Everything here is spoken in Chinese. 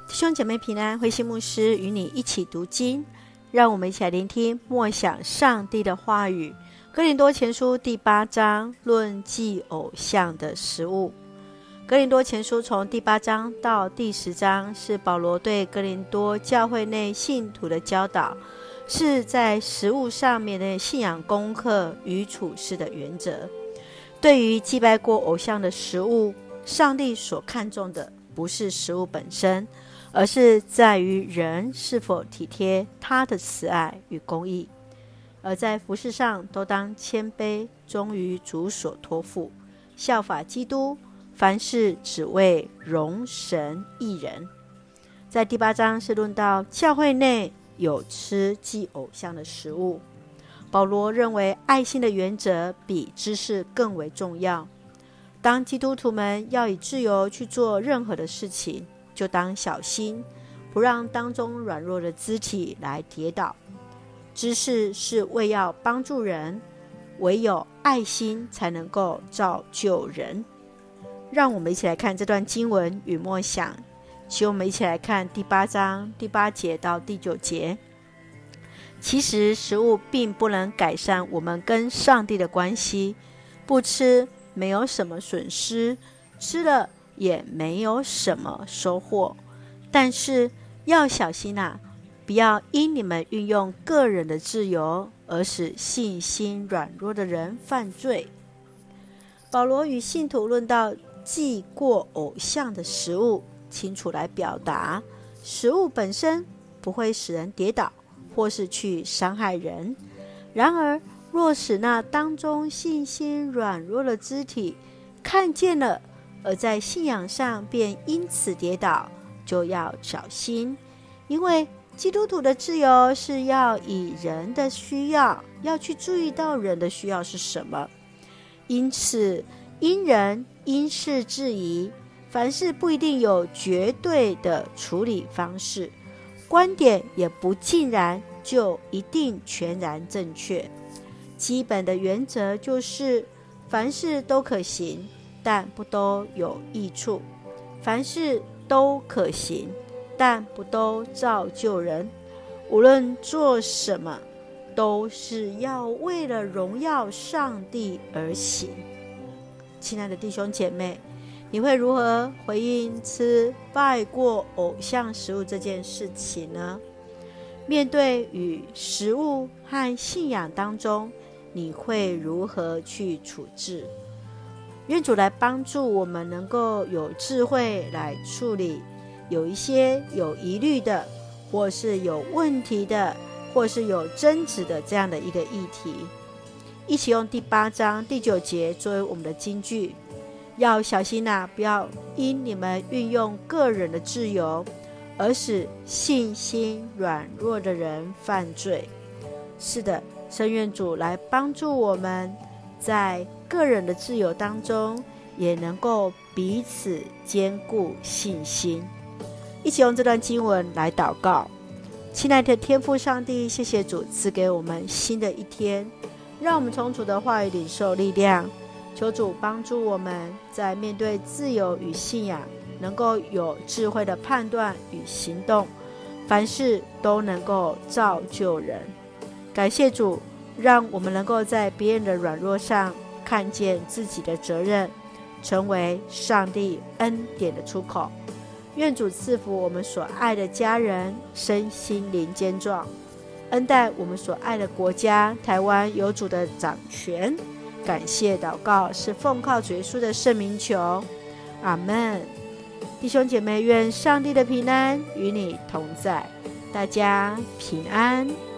弟兄姐妹平安，慧馨牧师与你一起读经，让我们一起来聆听默想上帝的话语。哥林多前书第8章，论祭偶像的食物。哥林多前书从第8章到第10章是保罗对哥林多教会内信徒的教导，是在食物上面的信仰功课与处事的原则。对于祭拜过偶像的食物，上帝所看重的不是食物本身，而是在于人是否体贴他的慈爱与公义。而在服事上都当谦卑，忠于主所托付，效法基督，凡事只为荣神益人。在第8章是论到教会内有吃祭偶像的食物。保罗认为爱心的原则比知识更为重要。当基督徒们要以自由去做任何的事情，就当小心，不让当中软弱的肢体来跌倒。知识是为要帮助人，唯有爱心才能够造就人。让我们一起来看这段经文与默想，请我们一起来看第8章第8节到第9节。其实食物并不能改善我们跟上帝的关系，不吃没有什么损失，吃了也没有什么收获。但是要小心不要因你们运用个人的自由，而使信心软弱的人犯罪。保罗与信徒论到祭过偶像的食物，清楚来表达食物本身不会使人跌倒，或是去伤害人。然而若使那当中信心软弱的肢体看见了，而在信仰上便因此跌倒，就要小心。因为基督徒的自由是要以人的需要，要去注意到人的需要是什么。因此因人因事制宜，凡事不一定有绝对的处理方式，观点也不尽然就一定全然正确。基本的原则就是凡事都可行，但不都有益处；凡事都可行，但不都造就人。无论做什么，都是要为了荣耀上帝而行。亲爱的弟兄姐妹，你会如何回应吃拜过偶像食物这件事情呢？面对与食物和信仰当中，你会如何去处置？愿主来帮助我们能够有智慧来处理有一些有疑虑的，或是有问题的，或是有争执的这样的一个议题。一起用第8章第9节作为我们的金句，要小心不要因你们运用个人的自由，而使信心软弱的人犯罪。是的，深愿主来帮助我们，在个人的自由当中，也能够彼此坚固信心。一起用这段经文来祷告。亲爱的天父上帝，谢谢主赐给我们新的一天，让我们从主的话语领受力量。求主帮助我们在面对自由与信仰，能够有智慧的判断与行动，凡事都能够造就人。感谢主，让我们能够在别人的软弱上看见自己的责任，成为上帝恩典的出口。愿主赐福我们所爱的家人身心灵健壮，恩待我们所爱的国家台湾有主的掌权。感谢祷告是奉靠主耶稣的圣名求，阿们。弟兄姐妹，愿上帝的平安与你同在，大家平安。